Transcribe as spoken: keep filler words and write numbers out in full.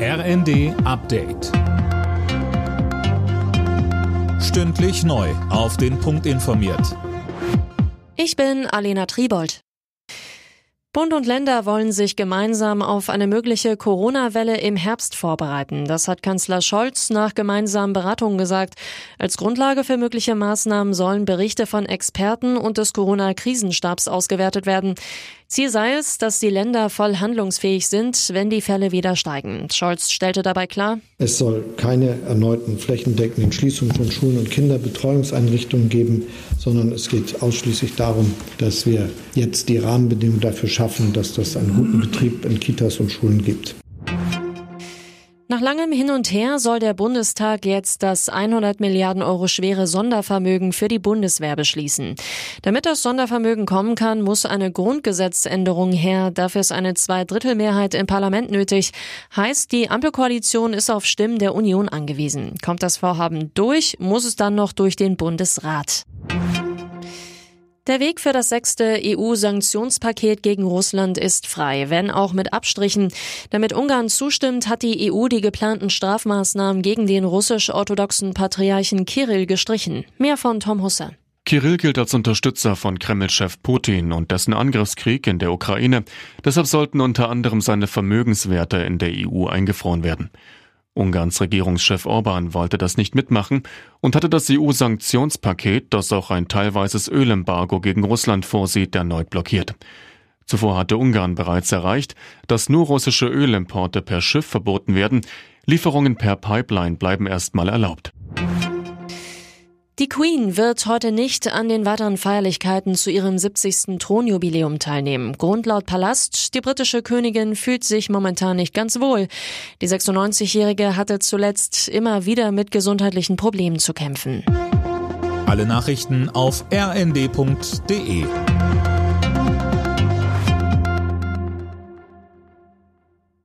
R N D Update. Stündlich neu auf den Punkt informiert. Ich bin Alena Triebold. Bund und Länder wollen sich gemeinsam auf eine mögliche Corona-Welle im Herbst vorbereiten. Das hat Kanzler Scholz nach gemeinsamen Beratungen gesagt. Als Grundlage für mögliche Maßnahmen sollen Berichte von Experten und des Corona-Krisenstabs ausgewertet werden. Ziel sei es, dass die Länder voll handlungsfähig sind, wenn die Fälle wieder steigen. Scholz stellte dabei klar: Es soll keine erneuten flächendeckenden Schließungen von Schulen und Kinderbetreuungseinrichtungen geben, sondern es geht ausschließlich darum, dass wir jetzt die Rahmenbedingungen dafür schaffen, dass das einen guten Betrieb in Kitas und Schulen gibt. Nach langem Hin und Her soll der Bundestag jetzt das hundert Milliarden Euro schwere Sondervermögen für die Bundeswehr beschließen. Damit das Sondervermögen kommen kann, muss eine Grundgesetzänderung her. Dafür ist eine Zweidrittelmehrheit im Parlament nötig. Heißt, die Ampelkoalition ist auf Stimmen der Union angewiesen. Kommt das Vorhaben durch, muss es dann noch durch den Bundesrat. Der Weg für das sechste E U-Sanktionspaket gegen Russland ist frei, wenn auch mit Abstrichen. Damit Ungarn zustimmt, hat die E U die geplanten Strafmaßnahmen gegen den russisch-orthodoxen Patriarchen Kirill gestrichen. Mehr von Tom Husse. Kirill gilt als Unterstützer von Kreml-Chef Putin und dessen Angriffskrieg in der Ukraine. Deshalb sollten unter anderem seine Vermögenswerte in der E U eingefroren werden. Ungarns Regierungschef Orban wollte das nicht mitmachen und hatte das E U-Sanktionspaket, das auch ein teilweises Ölembargo gegen Russland vorsieht, erneut blockiert. Zuvor hatte Ungarn bereits erreicht, dass nur russische Ölimporte per Schiff verboten werden. Lieferungen per Pipeline bleiben erstmal erlaubt. Die Queen wird heute nicht an den weiteren Feierlichkeiten zu ihrem siebzigsten Thronjubiläum teilnehmen. Grund laut Palast: die britische Königin fühlt sich momentan nicht ganz wohl. Die sechsundneunzigjährige hatte zuletzt immer wieder mit gesundheitlichen Problemen zu kämpfen. Alle Nachrichten auf r n d punkt d e.